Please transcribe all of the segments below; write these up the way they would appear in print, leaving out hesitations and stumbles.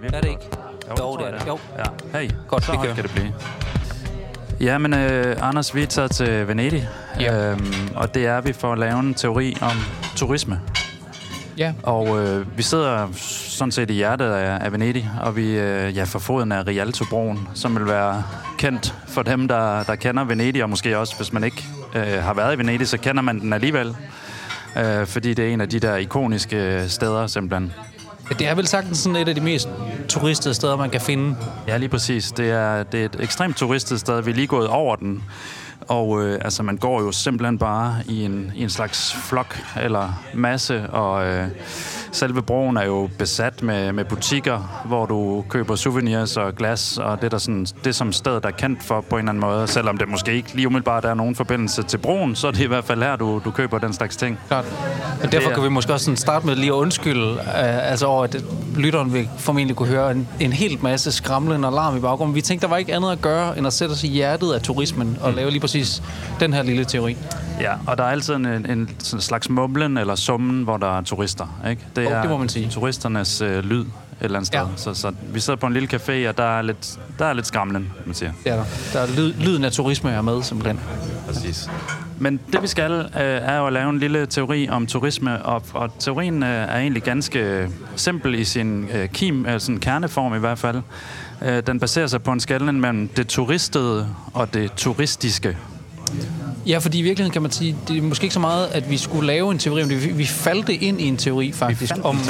Er det ikke? Jo, det er det. Jo. Ja. Hey, godt, så det kan det blive. Ja, men Anders, vi er taget til Venedig, og det er vi for at lave en teori om turisme. Ja. Og vi sidder sådan set i hjertet af Venedig, og vi for foden af Rialtobroen, som vil være kendt for dem, der kender Venedig, og måske også, hvis man ikke har været i Venedig, så kender man den alligevel, fordi det er en af de der ikoniske steder, simpelthen. Det er vel sagtens sådan et af de mest turistede steder, man kan finde. Ja, lige præcis. Det er et ekstremt turistet sted. Vi er lige gået over den. Og man går jo simpelthen bare i en slags flok eller masse, og selve broen er jo besat med butikker, hvor du køber souvenirs og glas, og det er sådan, det som stedet er kendt for på en eller anden måde. Selvom det måske ikke lige umiddelbart er nogen forbindelse til broen, så er det i hvert fald her, du køber den slags ting. Klart. Og derfor kan vi måske også sådan starte med lige at undskylde, over at lytteren vil formentlig kunne høre en helt masse skramlen og larm i baggrunden. Vi tænkte, der var ikke andet at gøre, end at sætte os i hjertet af turismen og lave lige præcis den her lille teori. Ja, og der er altid en slags mumlen eller summen, hvor der er turister, ikke? Det må man sige. Turisternes lyd et eller andet sted. Så vi sidder på en lille café, og der er lidt skramlen, man siger. Det er der. Der er lyden af turisme er med, simpelthen. Præcis. Men det vi skal, er jo at lave en lille teori om turisme, og teorien er egentlig ganske simpel i sin sin kerneform i hvert fald. Den baserer sig på en skelnen mellem det turistede og det turistiske. Ja, fordi i virkeligheden kan man sige, det er måske ikke så meget, at vi skulle lave en teori om det. Vi faldt ind i en teori faktisk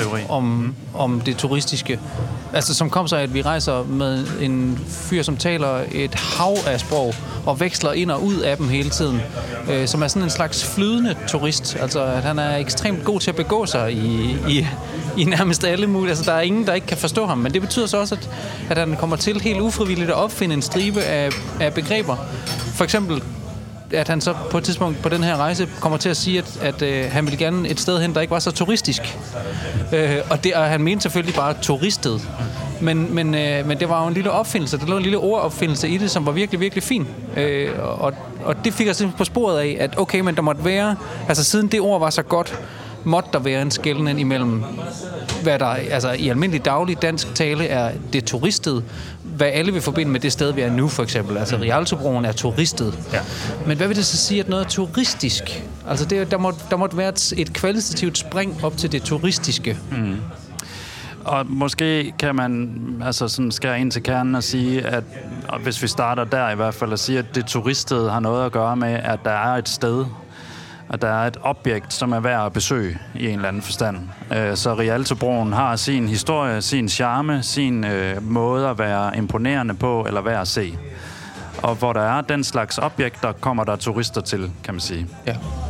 om det turistiske. Altså som kom så, at vi rejser med en fyr, som taler et hav af sprog og veksler ind og ud af dem hele tiden. Som er sådan en slags flydende turist. Altså at han er ekstremt god til at begå sig i nærmest alle mulige. Altså der er ingen, der ikke kan forstå ham. Men det betyder så også, at han kommer til helt ufrivilligt at opfinde en stribe af begreber. For eksempel at han så på et tidspunkt på den her rejse kommer til at sige, at han ville gerne et sted hen, der ikke var så turistisk. Og han mente selvfølgelig bare turistet. Men det var jo en lille opfindelse. Der lå en lille ordopfindelse i det, som var virkelig, virkelig fin. Og det fik os på sporet af, at okay, men der måtte være, altså siden det ord var så godt, måtte der være en skelnen imellem, hvad der altså i almindelig daglig dansk tale er det turistet, hvad alle vil forbinde med det sted, vi er nu, for eksempel. Altså Rialtobroen er turistet. Ja. Men hvad vil det så sige, at noget er turistisk? Altså der måtte være et kvalitativt spring op til det turistiske. Mm. Og måske kan man sådan skære ind til kernen og sige, at og hvis vi starter der i hvert fald, at sige, at det turistede har noget at gøre med, at der er et sted, og der er et objekt, som er værd at besøge i en eller anden forstand. Så Rialtobroen har sin historie, sin charme, sin måde at være imponerende på, eller værd at se. Og hvor der er den slags objekter, kommer der turister til, kan man sige. Ja.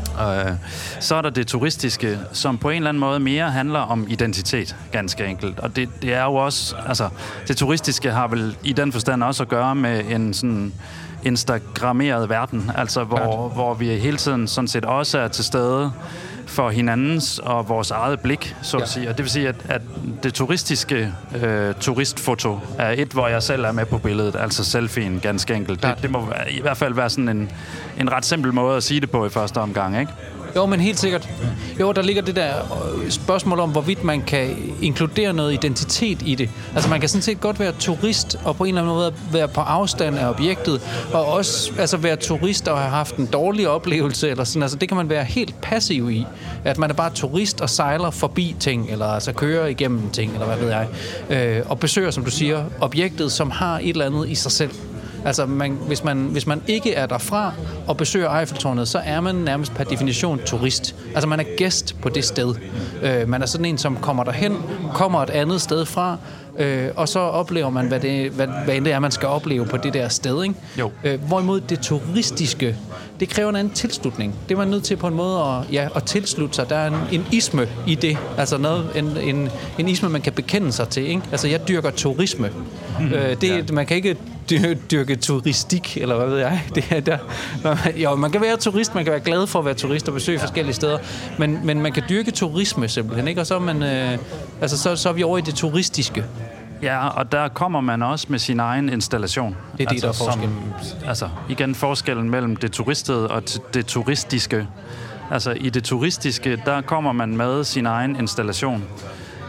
Så er der det turistiske, som på en eller anden måde mere handler om identitet, ganske enkelt. Og det er jo også, altså, det turistiske har vel i den forstand også at gøre med en sådan instagrammeret verden, altså hvor vi hele tiden sådan set også er til stede for hinandens og vores eget blik, så at sige. Og det vil sige, at det turistiske turistfoto er et, hvor jeg selv er med på billedet, altså selfien, ganske enkelt. Det må i hvert fald være sådan en ret simpel måde at sige det på i første omgang, ikke? Jo, men helt sikkert. Jo, der ligger det der spørgsmål om, hvorvidt man kan inkludere noget identitet i det. Altså, man kan sådan set godt være turist, og på en eller anden måde være på afstand af objektet, og også være turist og have haft en dårlig oplevelse, eller sådan. Altså, det kan man være helt passiv i. At man er bare turist og sejler forbi ting, eller altså kører igennem ting, eller hvad ved jeg. Og besøger, som du siger, objektet, som har et eller andet i sig selv. Altså, hvis man ikke er derfra og besøger Eiffeltårnet, så er man nærmest per definition turist. Altså, man er gæst på det sted. Man er sådan en, som kommer derhen, kommer et andet sted fra, og så oplever man, hvad end det er, man skal opleve på det der sted, ikke? Jo. Hvorimod det turistiske, det kræver en anden tilslutning. Det er man nødt til på en måde at tilslutte sig. Der er en isme i det. Altså en isme, man kan bekende sig til, ikke? Altså, jeg dyrker turisme. Man kan ikke dyrke turistik, eller hvad ved jeg. Det er der. Jo, man kan være turist, man kan være glad for at være turist og besøge forskellige steder, men man kan dyrke turisme simpelthen, ikke? Og så er man, så er vi over i det turistiske. Ja, og der kommer man også med sin egen installation. Det er det, der er forskellen. Altså, igen forskellen mellem det turistede og det turistiske. Altså, i det turistiske, der kommer man med sin egen installation.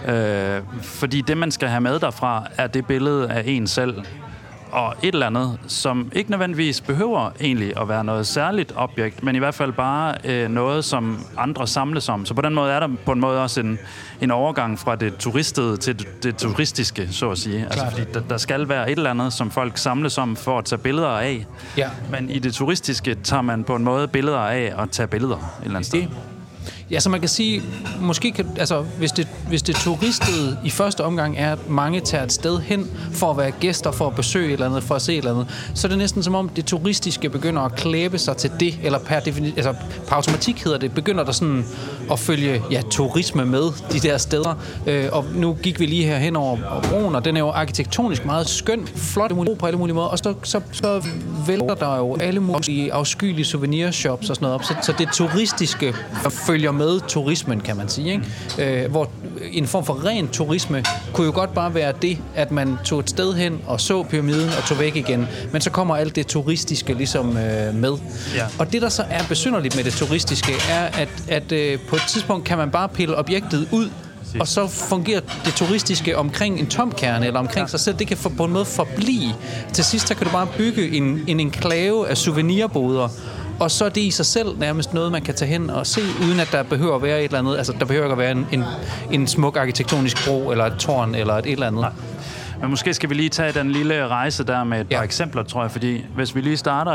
Fordi det, man skal have med derfra, er det billede af en selv, og et eller andet, som ikke nødvendigvis behøver egentlig at være noget særligt objekt, men i hvert fald bare noget, som andre samles om. Så på den måde er der på en måde også en overgang fra det turistede til det turistiske, så at sige. Altså, fordi der skal være et eller andet, som folk samles om for at tage billeder af. Ja. Men i det turistiske tager man på en måde billeder af at tage billeder et eller andet sted. Ja, så man kan sige, måske kan, altså, hvis det turistede i første omgang er, at mange tager et sted hen for at være gæster, for at besøge et eller andet, for at se et eller andet, så er det næsten som om det turistiske begynder at klæbe sig til det, eller per automatik hedder det, begynder der sådan at følge turisme med de der steder. Og nu gik vi lige her hen over broen, og den er jo arkitektonisk meget skøn, flot på alle mulige måder, og så vælter der jo alle mulige afskyelige souvenirshops og sådan noget op, så det turistiske følger med turismen, kan man sige, ikke? Hvor en form for ren turisme kunne jo godt bare være det, at man tog et sted hen og så pyramiden og tog væk igen, men så kommer alt det turistiske ligesom med. Ja. Og det, der så er besynderligt med det turistiske, er, at på et tidspunkt kan man bare pille objektet ud, og så fungerer det turistiske omkring en tom kerne, eller omkring sig selv. Det kan på en måde forblive. Til sidst, så kan du bare bygge en enklave af souvenirboder, og så er det i sig selv nærmest noget, man kan tage hen og se, uden at der behøver at være et eller andet. Altså, der behøver ikke at være en smuk arkitektonisk bro, eller et tårn, eller et eller andet. Nej. Men måske skal vi lige tage den lille rejse der med et par eksempler, tror jeg, fordi hvis vi lige starter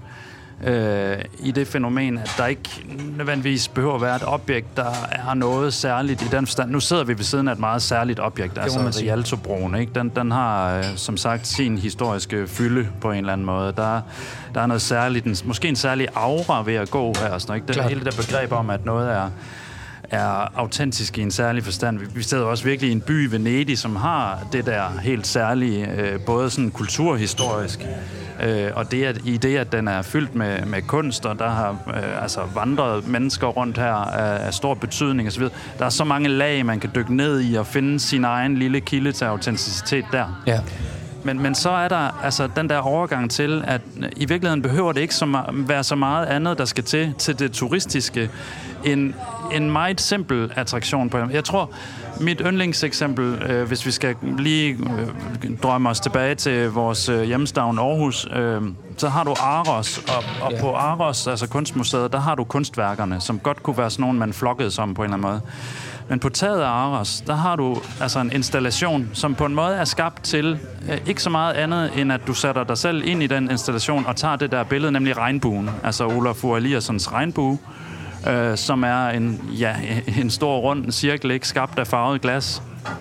i det fænomen, at der ikke nødvendigvis behøver at være et objekt, der har noget særligt i den forstand. Nu sidder vi ved siden af et meget særligt objekt, altså Rialtobroen, ikke? Den har, som sagt, sin historiske fylde på en eller anden måde. Der er noget særligt, måske en særlig aura ved at gå her, sådan, ikke? Det er hele det begreb om, at noget er autentisk i en særlig forstand. Vi sidder også virkelig i en by, Venedig, som har det der helt særlige, både sådan kulturhistorisk, og det, at den er fyldt med kunst, og der har vandret mennesker rundt her af stor betydning osv. Der er så mange lag, man kan dykke ned i og finde sin egen lille kilde til autenticitet der. Ja. Men så er der den der overgang til, at i virkeligheden behøver det ikke være så meget andet, der skal til det turistiske. En meget simpel attraktion på dem. Jeg tror, mit yndlingseksempel, hvis vi skal lige drømme os tilbage til vores hjemstavn Aarhus, så har du Aros, og på Aros, altså kunstmuseet, der har du kunstværkerne, som godt kunne være sådan nogle, man flokkede som på en eller anden måde. Men på taget af Aros, der har du altså en installation, som på en måde er skabt til ikke så meget andet, end at du sætter dig selv ind i den installation og tager det der billede, nemlig regnbuen. Altså Olafur Eliassons regnbue, som er en stor rund cirkel, ikke, skabt af farvet glas.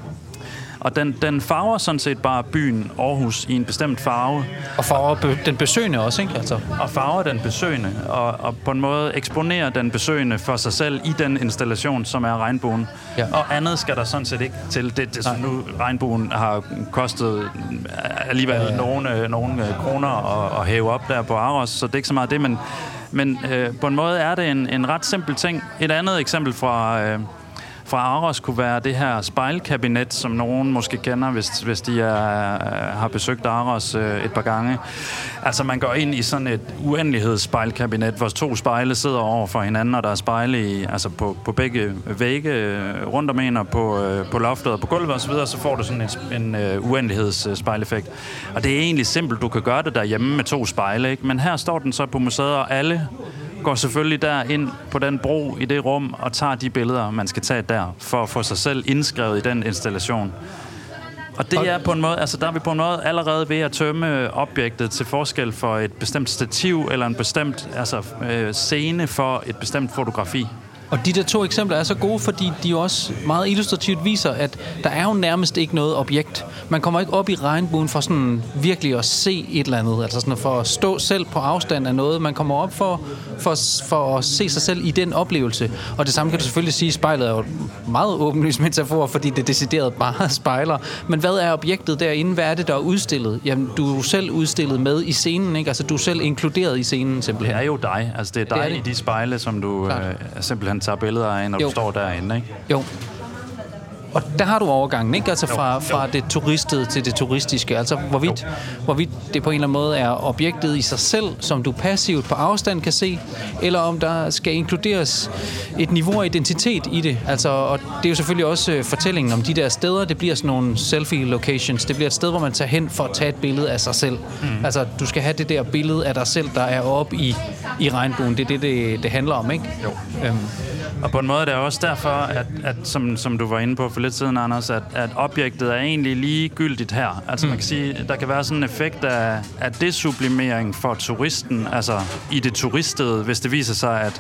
Og den farver sådan set bare byen Aarhus i en bestemt farve. Og farver den besøgende også, ikke? Altså. Og farver den besøgende, og på en måde eksponerer den besøgende for sig selv i den installation, som er regnbuen. Ja. Og andet skal der sådan set ikke til. Det som nu regnbuen har kostet alligevel nogle kroner at hæve op der på Aros, så det er ikke så meget det, men på en måde er det en ret simpel ting. Et andet eksempel fra Aros kunne være det her spejlkabinet, som nogen måske kender, hvis de har besøgt Aros et par gange. Altså man går ind i sådan et uendelighedsspejlkabinet, hvor 2 spejle sidder over for hinanden, og der er spejle på begge vægge rundt om en, og på loftet og på gulvet osv., så får du sådan en uendelighedsspejleffekt. Og det er egentlig simpelt, du kan gøre det derhjemme med 2 spejle, ikke? Men her står den så på museet, og alle går selvfølgelig der ind på den bro i det rum og tager de billeder, man skal tage der, for at få sig selv indskrevet i den installation. Og det er på en måde, altså der er vi på en måde allerede ved at tømme objektet til forskel for et bestemt stativ eller en bestemt scene for et bestemt fotografi. Og de der 2 eksempler er så gode, fordi de jo også meget illustrativt viser, at der er jo nærmest ikke noget objekt. Man kommer ikke op i regnbuen for sådan virkelig at se et eller andet, altså sådan for at stå selv på afstand af noget. Man kommer op for at se sig selv i den oplevelse. Og det samme kan du selvfølgelig sige, spejlet er jo meget åbenlyst metafor, fordi det er decideret bare spejler. Men hvad er objektet derinde? Hvad er det, der er udstillet? Jamen, du er selv udstillet med i scenen, ikke? Altså, du er selv inkluderet i scenen, simpelthen. Det er jo dig. Altså, det er dig i de spejle, som du simpelthen tager billeder af, når du står derinde, ikke? Jo. Og der har du overgangen, ikke? Altså fra det turistede til det turistiske. Altså hvorvidt det på en eller anden måde er objektet i sig selv, som du passivt på afstand kan se, eller om der skal inkluderes et niveau af identitet i det. Altså, og det er jo selvfølgelig også fortællingen om de der steder. Det bliver sådan nogle selfie locations. Det bliver et sted, hvor man tager hen for at tage et billede af sig selv. Altså, du skal have det der billede af dig selv, der er oppe i regnbuen. Det er det handler om, ikke? Jo. Og på en måde er det også derfor, at som du var inde på for lidt siden, Anders, at objektet er egentlig ligegyldigt her. Altså man kan sige, der kan være sådan en effekt af desublimering for turisten, altså i det turistede, hvis det viser sig, at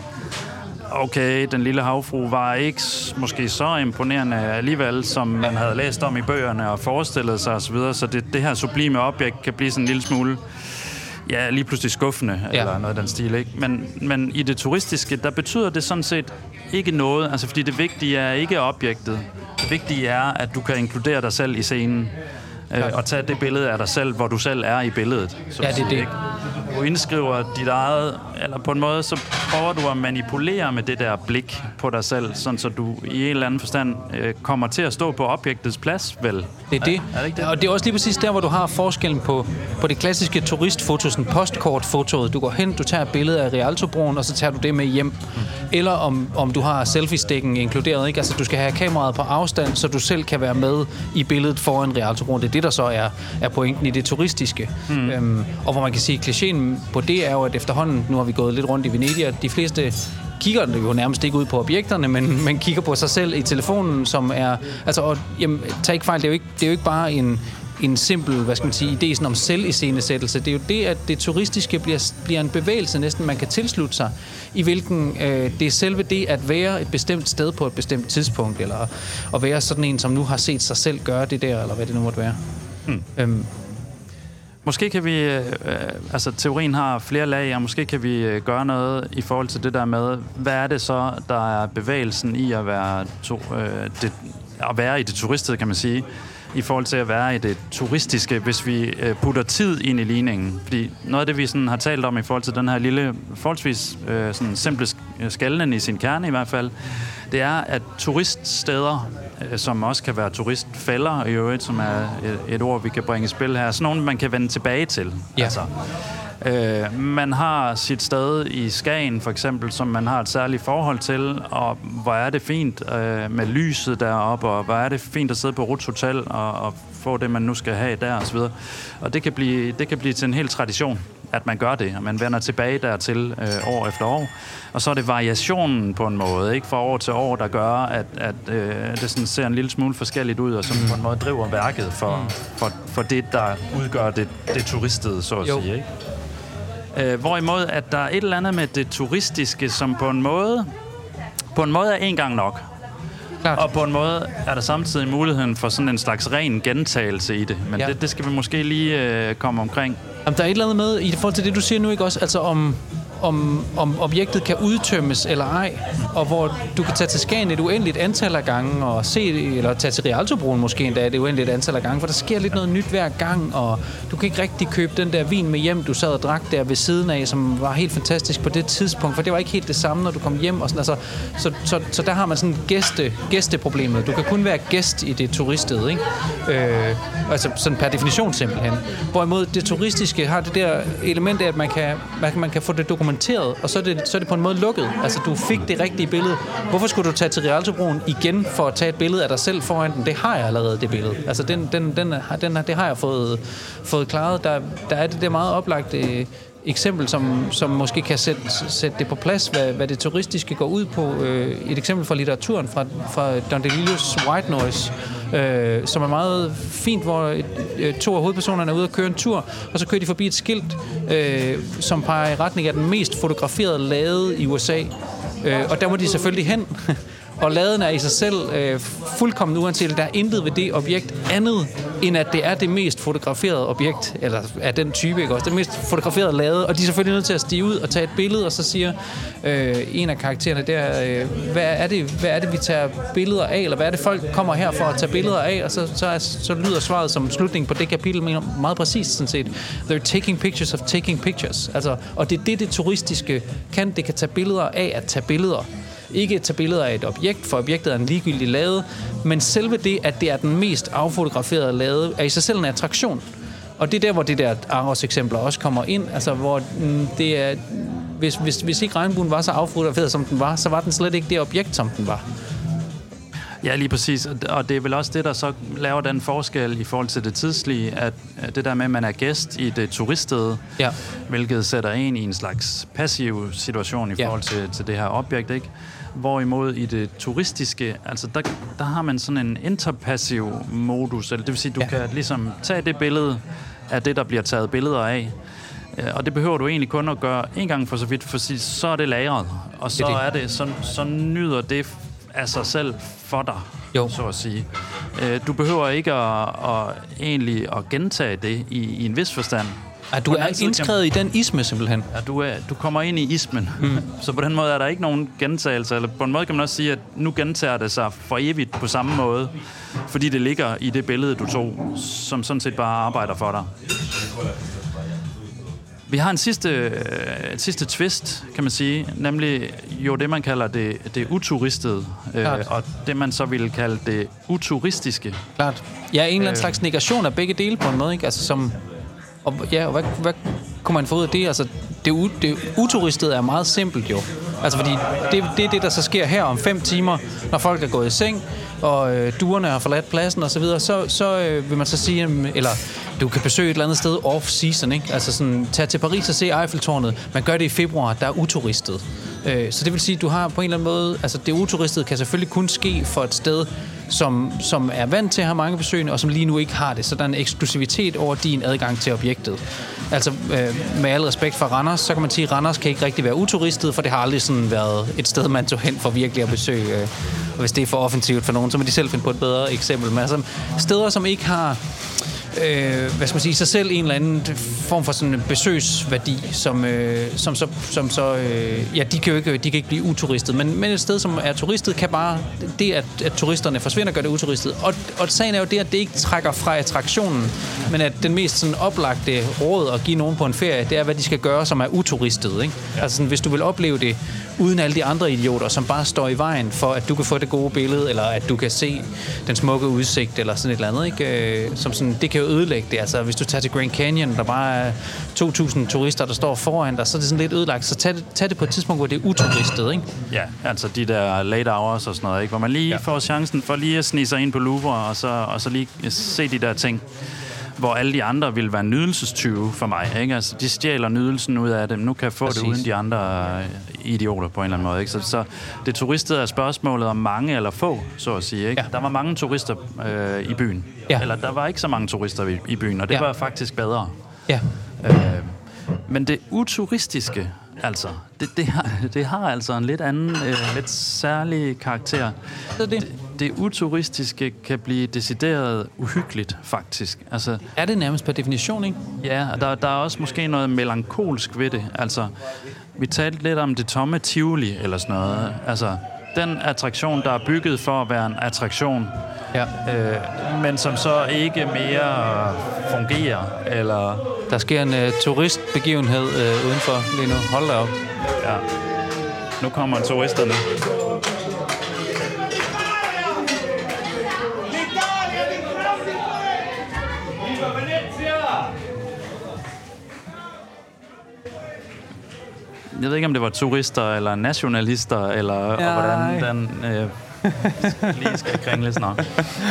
okay, den lille havfrue var ikke måske så imponerende alligevel, som man havde læst om i bøgerne og forestillet sig osv., så det her sublime objekt kan blive sådan en lille smule lige pludselig skuffende, eller noget af den stil, ikke? Men i det turistiske, der betyder det sådan set ikke noget, altså fordi det vigtige er ikke objektet. Det vigtige er, at du kan inkludere dig selv i scenen, og tage det billede af dig selv, hvor du selv er i billedet. Ja, det er det. Du indskriver dit eget, eller på en måde, så prøver du at manipulere med det der blik på dig selv, sådan så du i en eller anden forstand kommer til at stå på objektets plads, vel? Det er det. Er det ikke det? Og det er også lige præcis der, hvor du har forskellen på det klassiske turistfoto, sådan postkortfotoet. Du går hen, du tager et billede af Rialtobroen, og så tager du det med hjem. Eller om du har selfie-stikken inkluderet, ikke? Altså, du skal have kameraet på afstand, så du selv kan være med i billedet foran Rialtobroen. Det er det, der så er pointen i det turistiske. Og hvor man kan sige, klichéen på det er jo, at efterhånden, nu har vi gået lidt rundt i Venedig, og de fleste kigger jo nærmest ikke ud på objekterne, men kigger på sig selv i telefonen, som er... Altså, og, tag ikke fejl, det er jo ikke bare en simpel, hvad skal man sige, idé sådan om selviscenesættelse. Det er jo det, at det turistiske bliver en bevægelse næsten, man kan tilslutte sig, i hvilken det er selve det at være et bestemt sted på et bestemt tidspunkt, eller at være sådan en, som nu har set sig selv gøre det der, eller hvad det nu måtte være. Måske kan vi, altså teorien har flere lag, og måske kan vi gøre noget i forhold til det der med, hvad er det så, der er bevægelsen i at være i det turistede, kan man sige, i forhold til at være i det turistiske, hvis vi putter tid ind i ligningen. Fordi noget af det, vi sådan har talt om i forhold til den her lille, forholdsvis sådan simple skallen i sin kerne i hvert fald, det er, at turiststeder, som også kan være turistfælder i øvrigt, som er et ord, vi kan bringe i spil her, sådan nogle, man kan vende tilbage til. Ja. Altså, man har sit sted i Skagen, for eksempel, som man har et særligt forhold til, og hvor er det fint med lyset deroppe, og hvor er det fint at sidde på Ruths Hotel og få det, man nu skal have der, og så videre. Og det kan blive til en hel tradition, at man gør det, og man vender tilbage dertil år efter år. Og så er det variationen på en måde, ikke, fra år til år, der gør, at det sådan ser en lille smule forskelligt ud, og som på en måde driver værket for det, der udgør det turistede, så at sige, ikke? Hvorimod, at der er et eller andet med det turistiske, som på en måde er en gang nok. Klart. Og på en måde er der samtidig muligheden for sådan en slags ren gentagelse i det. Men det skal vi måske lige komme omkring. Jamen, der er et eller andet med, i forhold til det, du siger nu, ikke også? Altså om objektet kan udtømmes eller ej, og hvor du kan tage til Skagen et uendeligt antal af gange, og eller tage til Rialtobroen måske endda et uendeligt antal af gange, for der sker lidt noget nyt hver gang, og du kan ikke rigtig købe den der vin med hjem, du sad og drak der ved siden af, som var helt fantastisk på det tidspunkt, for det var ikke helt det samme, når du kom hjem, og sådan, altså, så der har man sådan gæsteproblemet. Du kan kun være gæst i det turistede, ikke? Altså sådan per definition simpelthen. Hvorimod det turistiske har det der element af, at man kan få det dokumenteret, og så er det på en måde lukket. Altså, du fik det rigtige billede. Hvorfor skulle du tage til Rialtobroen igen for at tage et billede af dig selv foran den? Det har jeg allerede, det billede. Altså, det har jeg fået klaret. Der er det der meget oplagt eksempel, som måske kan sætte det på plads, hvad det turistiske går ud på. Et eksempel fra litteraturen, fra Don DeLillos White Noise, som er meget fint, hvor to af hovedpersonerne er ude at køre en tur, og så kører de forbi et skilt, som peger i retning af den mest fotograferede lade i USA. Og der må de selvfølgelig hen. Og laden er i sig selv fuldkommen uanset, der er intet ved det objekt andet, end at det er det mest fotograferede objekt, eller af den type, ikke også? Det mest fotograferede lade, og de er selvfølgelig nødt til at stige ud og tage et billede, og så siger en af karaktererne der, hvad er det, vi tager billeder af, eller hvad er det, folk kommer her for at tage billeder af, og så lyder svaret som slutningen på det kapitel meget præcist, sådan set. They're taking pictures of taking pictures. Altså, og det er det turistiske kan. Det kan tage billeder af at tage billeder. ikke tage billeder af et objekt, for objektet er en ligegyldig lade, men selve det, at det er den mest affotograferede lade, er i sig selv en attraktion. Og det er der, hvor det der Aros-eksempler også kommer ind, altså hvor det er, hvis ikke regnbuen var så affotograferet, som den var, så var den slet ikke det objekt, som den var. Ja, lige præcis. Og det er vel også det, der så laver den forskel i forhold til det tidslige, at det der med, at man er gæst i det turiststed, hvilket sætter en i en slags passiv situation i forhold til det her objekt, ikke? Hvorimod i det turistiske, altså der har man sådan en interpassiv modus, eller det vil sige, du kan ligesom tage det billede af det, der bliver taget billeder af, og det behøver du egentlig kun at gøre en gang for så vidt, for så er det lagret, og så er det, så nyder det af sig selv for dig, så at sige. Du behøver ikke egentlig at gentage det i en vis forstand. Du er indskrevet i den isme, simpelthen. Ja, du kommer ind i ismen. Så på den måde er der ikke nogen gentagelse. Eller på en måde kan man også sige, at nu gentager det sig for evigt på samme måde, fordi det ligger i det billede, du tog, som sådan set bare arbejder for dig. Vi har en sidste twist, kan man sige, nemlig jo det, man kalder det uturistede, og det, man så ville kalde det uturistiske. Klart. Ja, en eller anden slags negation af begge dele på en måde, ikke? Altså som... Og hvad kunne man få ud af det? Altså, det uturistede er meget simpelt jo. Altså, fordi det er det, der så sker her om 5 timer, når folk er gået i seng, og duerne har forladt pladsen og så videre, så vil man så sige, eller du kan besøge et eller andet sted off-season, ikke? Altså sådan, tage til Paris og se Eiffeltårnet. Man gør det i februar, der er uturistet. Så det vil sige, at du har på en eller anden måde, altså det uturistede kan selvfølgelig kun ske for et sted, som er vant til at have mange besøgende, og som lige nu ikke har det. Så der er en eksklusivitet over din adgang til objektet. Altså, med al respekt for Randers, så kan man sige, at Randers kan ikke rigtig være uturistet, for det har aldrig sådan været et sted, man tog hen for virkelig at besøge. Og hvis det er for offensivt for nogen, så må de selv finde på et bedre eksempel. Men altså, steder, som ikke har... hvad skal man sige, sig selv en eller anden form for sådan en besøgsværdi, de kan ikke blive uturistet, men et sted, som er turistet, kan bare det, at turisterne forsvinder, gør det uturistet. Og sagen er jo det, at det ikke trækker fra attraktionen, men at den mest sådan oplagte råd at give nogen på en ferie, det er, hvad de skal gøre, som er uturistet, ikke? Ja. Altså sådan, hvis du vil opleve det uden alle de andre idioter, som bare står i vejen for, at du kan få det gode billede, eller at du kan se den smukke udsigt, eller sådan et eller andet, ikke? Som sådan, det kan jo ødelægge det. Altså, hvis du tager til Grand Canyon, der bare er 2.000 turister, der står foran dig, så er det sådan lidt ødelagt. Så tag det på et tidspunkt, hvor det er uturistet, ikke? Ja, altså de der late hours og sådan noget, ikke? Hvor man lige får chancen for lige at snige sig ind på Louvre, og så lige se de der ting, hvor alle de andre vil være nydelsestyve for mig, ikke? Altså, de stjæler nydelsen ud af dem. Nu kan jeg få det uden de andre idioter på en eller anden måde, ikke? Så det turistede er spørgsmålet om mange eller få, så at sige, ikke? Ja. Der var mange turister i byen. Ja. Eller der var ikke så mange turister i byen, og det var faktisk bedre. Ja. Men det uturistiske, altså, det har altså en lidt anden, lidt særlig karakter. Det uturistiske kan blive decideret uhyggeligt, faktisk. Altså, er det nærmest per definition, ikke? Ja, der er også måske noget melankolsk ved det. Altså, vi talte lidt om det tomme Tivoli, eller sådan noget. Altså, den attraktion, der er bygget for at være en attraktion, men som så ikke mere fungerer, eller... Der sker en turistbegivenhed udenfor lige nu. Hold da op. Ja. Nu kommer turisterne. Jeg ved ikke, om det var turister, eller nationalister, eller og hvordan den lige skal kringles nok.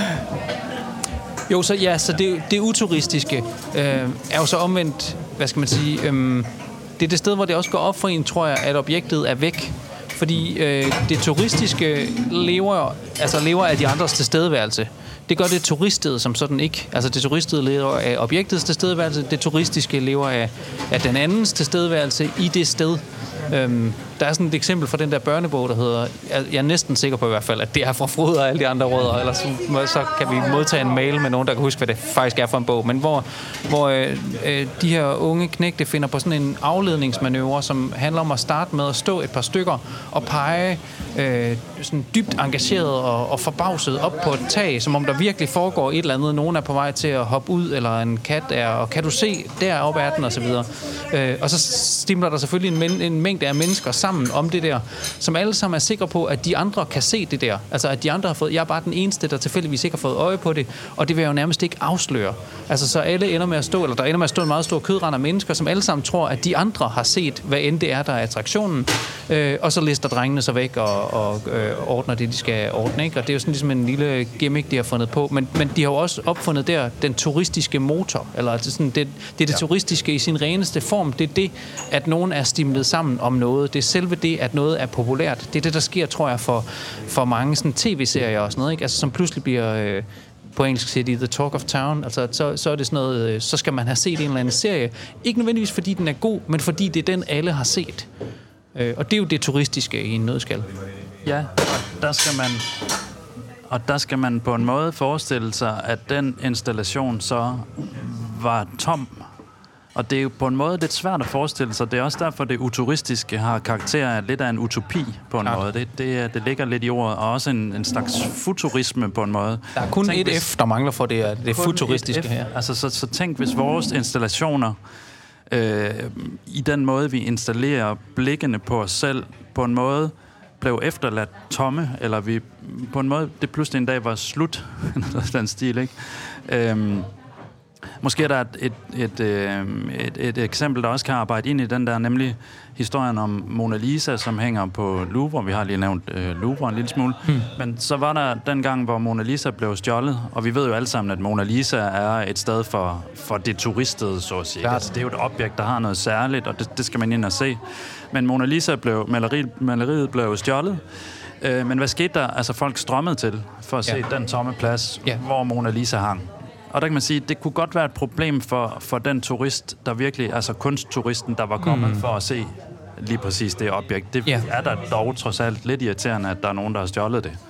Jo, så det uturistiske er jo så omvendt, hvad skal man sige, det er det sted, hvor det også går op for en, tror jeg, at objektet er væk. Fordi det turistiske lever af de andres tilstedeværelse. Det gør det turistet som sådan ikke. Altså det turistede lever af objektets tilstedeværelse, det turistiske lever af den andens tilstedeværelse i det sted. Der er sådan et eksempel fra den der børnebog, der hedder, jeg er næsten sikker på i hvert fald, at det er fra Frode og alle de andre rødder, eller så kan vi modtage en mail med nogen, der kan huske, hvad det faktisk er for en bog, men hvor de her unge knægte finder på sådan en afledningsmanøvre, som handler om at starte med at stå et par stykker og pege sådan dybt engageret og forbavset op på et tag, som om der virkelig foregår et eller andet. Nogen er på vej til at hoppe ud, eller en kat er, og kan du se, deroppe er den, og så videre. Og så stimler der selvfølgelig en mængde mængde af mennesker sammen om det der, som alle sammen er sikre på, at de andre kan se det der. Altså, at de andre har fået... Jeg er bare den eneste, der tilfældigvis ikke har fået øje på det, og det vil jeg jo nærmest ikke afsløre. Altså, så alle ender med at stå, eller der ender med at stå en meget stor kødrand af mennesker, som alle sammen tror, at de andre har set, hvad end det er, der er attraktionen, og så lister drengene sig væk og ordner det, de skal ordne, ikke? Og det er jo sådan ligesom en lille gimmick, de har fundet på. Men de har jo også opfundet der den turistiske motor, eller sådan, det er det turistiske i sin reneste form. Det er det, at nogen er stimlet sammen om noget. Det er selve det, at noget er populært. Det er det, der sker, tror jeg, for mange sådan tv-serier og sådan noget, ikke? Altså, som pludselig bliver... på engelsk siger de The Talk of Town, altså så er det sådan noget, så skal man have set en eller anden serie. Ikke nødvendigvis fordi den er god, men fordi det er den, alle har set. Og det er jo det turistiske i en nødskal. Ja, og der skal man på en måde forestille sig, at den installation så var tom. Og det er jo på en måde lidt svært at forestille sig. Det er også derfor, det uturistiske har karakter af lidt af en utopi på en måde. Det ligger lidt i ordet, og også en slags futurisme på en måde. Der er kun et F, der mangler for det futuristiske her. Altså, så tænk, hvis vores installationer, i den måde, vi installerer blikkene på os selv, på en måde blev efterladt tomme, eller vi på en måde, det pludselig en dag var slut, den stil, ikke? Måske er der et eksempel, der også kan arbejde ind i den der, nemlig historien om Mona Lisa, som hænger på Louvre. Vi har lige nævnt Louvre en lille smule. Men så var der den gang, hvor Mona Lisa blev stjålet, og vi ved jo alle sammen, at Mona Lisa er et sted for det turistede, så at sige. Altså, det er jo et objekt, der har noget særligt, og det skal man ind og se. Men Mona Lisa maleriet blev stjålet. Men hvad skete der? Altså, folk strømmede til for at se den tomme plads, hvor Mona Lisa hang. Og der kan man sige, det kunne godt være et problem for den turist, der virkelig, altså kunstturisten, der var kommet for at se lige præcis det objekt. Det er der dog trods alt lidt irriterende, at der er nogen, der har stjålet det.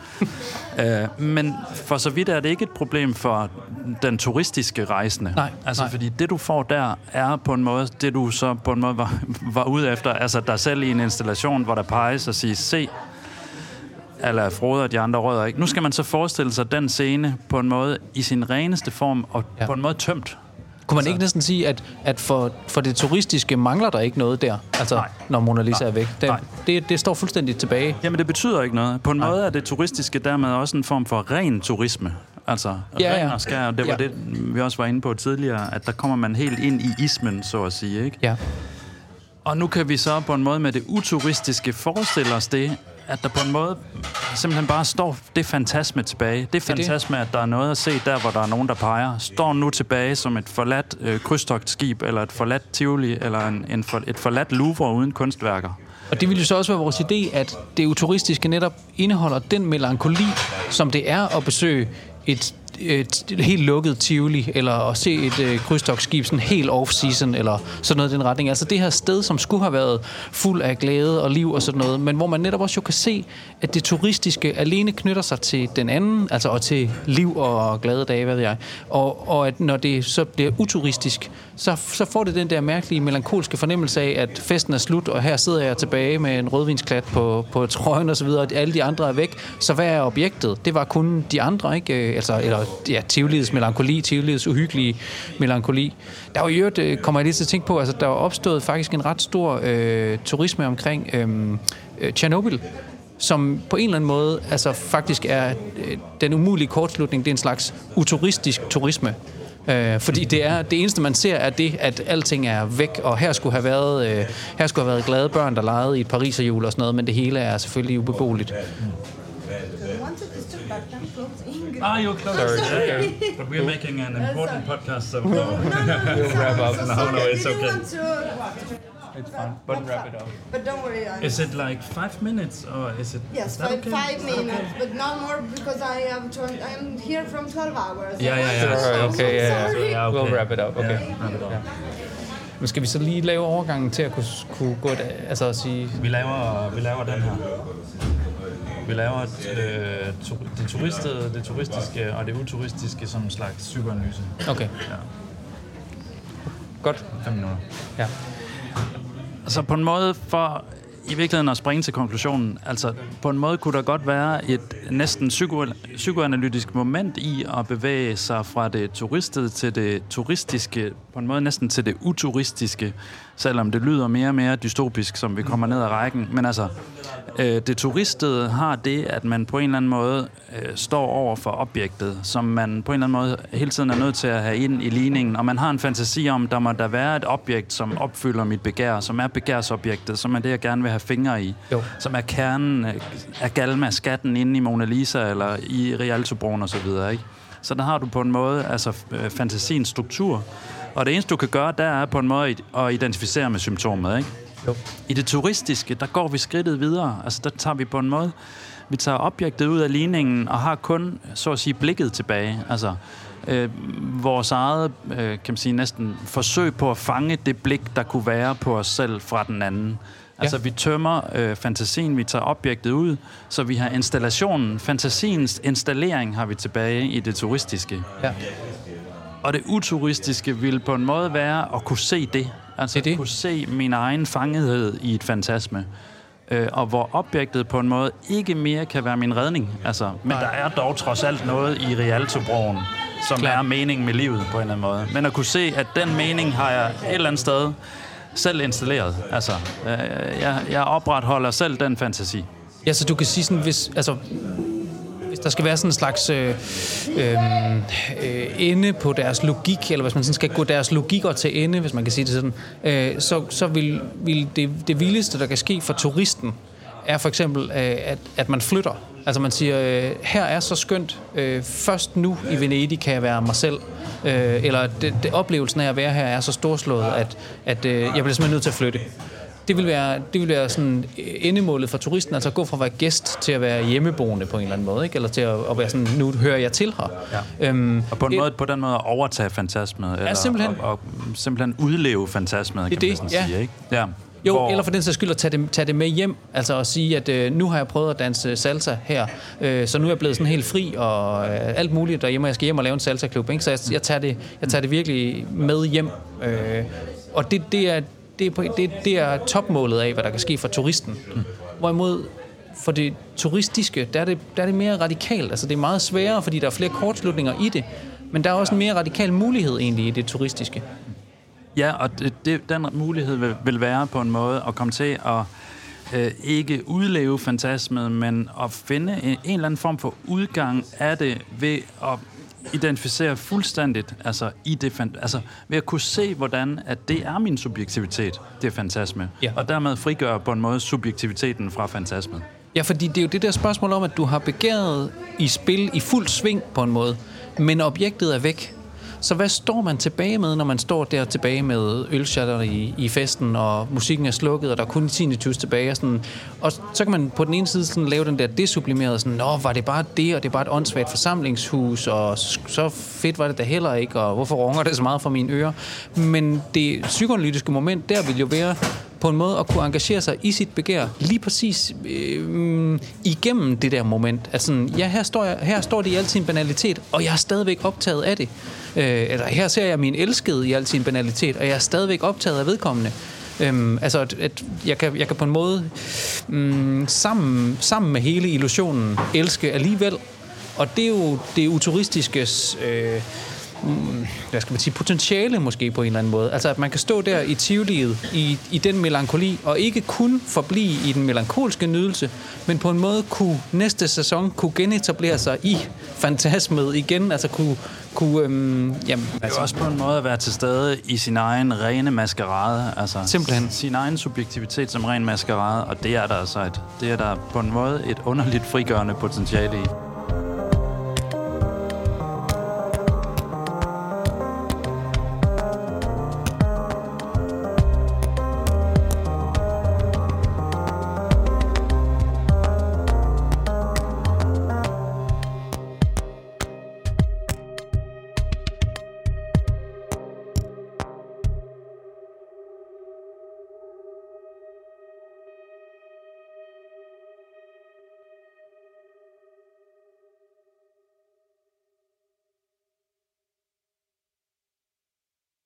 Men for så vidt er det ikke et problem for den turistiske rejsende. Nej. Fordi det, du får der, er på en måde, det du så på en måde var ude efter, altså dig selv i en installation, hvor der peges og siger, se, eller Frode og de andre rødder, ikke? Nu skal man så forestille sig den scene på en måde i sin reneste form, og på en måde tømt. Kunne man ikke næsten sige, at for det turistiske mangler der ikke noget der, altså når Mona Lisa er væk? Det står fuldstændig tilbage. Jamen det betyder ikke noget. På en måde er det turistiske dermed også en form for ren turisme. Altså ren og skær, det var det, vi også var inde på tidligere, at der kommer man helt ind i ismen, så at sige, ikke? Ja. Og nu kan vi så på en måde med det uturistiske forestille os det, at der på en måde simpelthen bare står det fantasme tilbage. Det fantasme, at der er noget at se der, hvor der er nogen, der peger, står nu tilbage som et forladt krydstogtskib, eller et forladt Tivoli, eller et forladt Louvre uden kunstværker. Og det vil jo så også være vores idé, at det uturistiske netop indeholder den melankoli, som det er at besøge et helt lukket Tivoli, eller at se et krydstogtskib sådan helt off-season, eller sådan noget i den retning. Altså det her sted, som skulle have været fuld af glæde og liv og sådan noget, men hvor man netop også jo kan se, at det turistiske alene knytter sig til den anden, altså og til liv og glade dage, hvad ved jeg. Og at når det så bliver uturistisk, så får det den der mærkelige melankolske fornemmelse af, at festen er slut, og her sidder jeg tilbage med en rødvinsklat på trøjen og så videre, og alle de andre er væk. Så hvad er objektet? Det var kun de andre, ikke? Tivoliets melankoli, Tivoliets uhyggelige melankoli. Der var jo kommer jeg lige til at tænke på, altså der var opstået faktisk en ret stor turisme omkring Tjernobyl, som på en eller anden måde altså faktisk er den umulige kortslutning. Det er en slags uturistisk turisme. Fordi det eneste man ser er det, at alting er væk, og her skulle have været glade børn, der legede i et pariserhjul og sådan noget, men det hele er selvfølgelig ubeboeligt. You're close. Sorry. But we're making an important podcast, so we'll wrap up. No, it's okay. It's fine, but wrap it up. But don't worry. Is it like 5 minutes, or is it? Yes, okay? 5 minutes, but no more because I'm here from 12 hours. Yeah. Okay, yeah. We'll wrap it up. Okay. Wrap it up. Men skal vi så lige lave overgangen til at kunne gå altså at sige... Vi laver den her. Vi laver det turistiske og det uturistiske som en slags psykoanalyse. Okay. Ja. Godt. 5 minutter. Ja. Altså på en måde for i virkeligheden at springe til konklusionen, altså på en måde kunne der godt være et næsten psykoanalytisk moment i at bevæge sig fra det turistede til det turistiske, på en måde næsten til det uturistiske, selvom det lyder mere og mere dystopisk, som vi kommer ned ad rækken. Men altså, det turiststed har det, at man på en eller anden måde står over for objektet, som man på en eller anden måde hele tiden er nødt til at have ind i ligningen, og man har en fantasi om, der må der være et objekt, som opfylder mit begær, som er begærsobjektet, som er det, jeg gerne vil have fingre i, som er kernen af Galma, skatten inde i Mona Lisa, eller i Rialto-broen og så videre, ikke? Så der har du på en måde altså fantasiens struktur, og det eneste, du kan gøre, der er på en måde at identificere med symptomet, ikke? Jo. I det turistiske, der går vi skridtet videre. Altså, der tager vi på en måde, vi tager objektet ud af ligningen og har kun, så at sige, blikket tilbage. Altså, vores eget, kan man sige, næsten forsøg på at fange det blik, der kunne være på os selv fra den anden. Altså, vi tømmer fantasien, vi tager objektet ud, så vi har installationen, fantasiens installering har vi tilbage i det turistiske. Ja. Og det uturistiske vil på en måde være at kunne se det. Altså at kunne se min egen fangethed i et fantasme. Og hvor objektet på en måde ikke mere kan være min redning. Altså, men der er dog trods alt noget i Rialto-broen, som er meningen med livet på en eller anden måde. Men at kunne se, at den mening har jeg et eller andet sted selv installeret. Altså, jeg opretholder selv den fantasi. Ja, så du kan sige sådan, hvis der skal være sådan en slags ende på deres logik, eller hvis man sådan skal gå deres logikker til ende, hvis man kan sige det sådan, så vil det vildeste, der kan ske for turisten, er for eksempel, at man flytter. Altså man siger, her er så skønt, først nu i Venedig kan jeg være mig selv, eller oplevelsen af at være her er så storslået, at jeg bliver simpelthen nødt til at flytte. Det vil være sådan endemålet for turisten, altså at gå fra at være gæst til at være hjemmeboende på en eller anden måde, ikke? Eller til at være sådan, nu hører jeg til her. Ja. Og på den måde at overtage fantasmet, eller simpelthen. Og simpelthen udleve fantasmet, kan man sådan sige, ikke? Ja. Jo, eller for den sags skyld at tage det med hjem, altså at sige, at nu har jeg prøvet at danse salsa her, så nu er jeg blevet sådan helt fri og alt muligt derhjemme, og jeg skal hjem og lave en salsa-klub, ikke? Så jeg tager det virkelig med hjem, og det er topmålet af, hvad der kan ske for turisten. Hvorimod for det turistiske, der er det mere radikalt. Altså det er meget sværere, fordi der er flere kortslutninger i det. Men der er også en mere radikal mulighed egentlig i det turistiske. Ja, og den mulighed vil være på en måde at komme til at ikke udleve fantasmet, men at finde en eller anden form for udgang af det ved at identificere fuldstændigt, altså i det altså ved at kunne se, hvordan at det er min subjektivitet, det fantasme, og dermed frigøre på en måde subjektiviteten fra fantasmet. Ja, fordi det er jo det der spørgsmål om, at du har begæret i spil i fuld sving på en måde, men objektet er væk. Så hvad står man tilbage med, når man står der tilbage med ølshatter i festen, og musikken er slukket, og der er kun tinnitus tilbage? Og, sådan, og så kan man på den ene side sådan lave den der desublimerede, sådan, var det bare det, og det er bare et åndssvagt forsamlingshus, og så fedt var det da heller ikke, og hvorfor runger det så meget fra mine ører? Men det psykoanalytiske moment der vil jo være på en måde at kunne engagere sig i sit begær lige præcis igennem det der moment. Altså, ja, her står det i al sin banalitet, og jeg er stadigvæk optaget af det. Eller her ser jeg min elskede i al sin banalitet, og jeg er stadigvæk optaget af vedkommende. Altså, at jeg kan på en måde sammen med hele illusionen elske alligevel. Og det er jo det uturistiskes hvad skal man sige, potentiale måske på en eller anden måde. Altså at man kan stå der i tivoliet, i den melankoli, og ikke kun forblive i den melankolske nydelse, men på en måde næste sæson kunne genetablere sig i fantasmet igen, altså kunne altså også på en måde at være til stede i sin egen rene maskerade, altså simpelthen sin egen subjektivitet som ren maskerade, og det er der altså det er der på en måde et underligt frigørende potentiale i.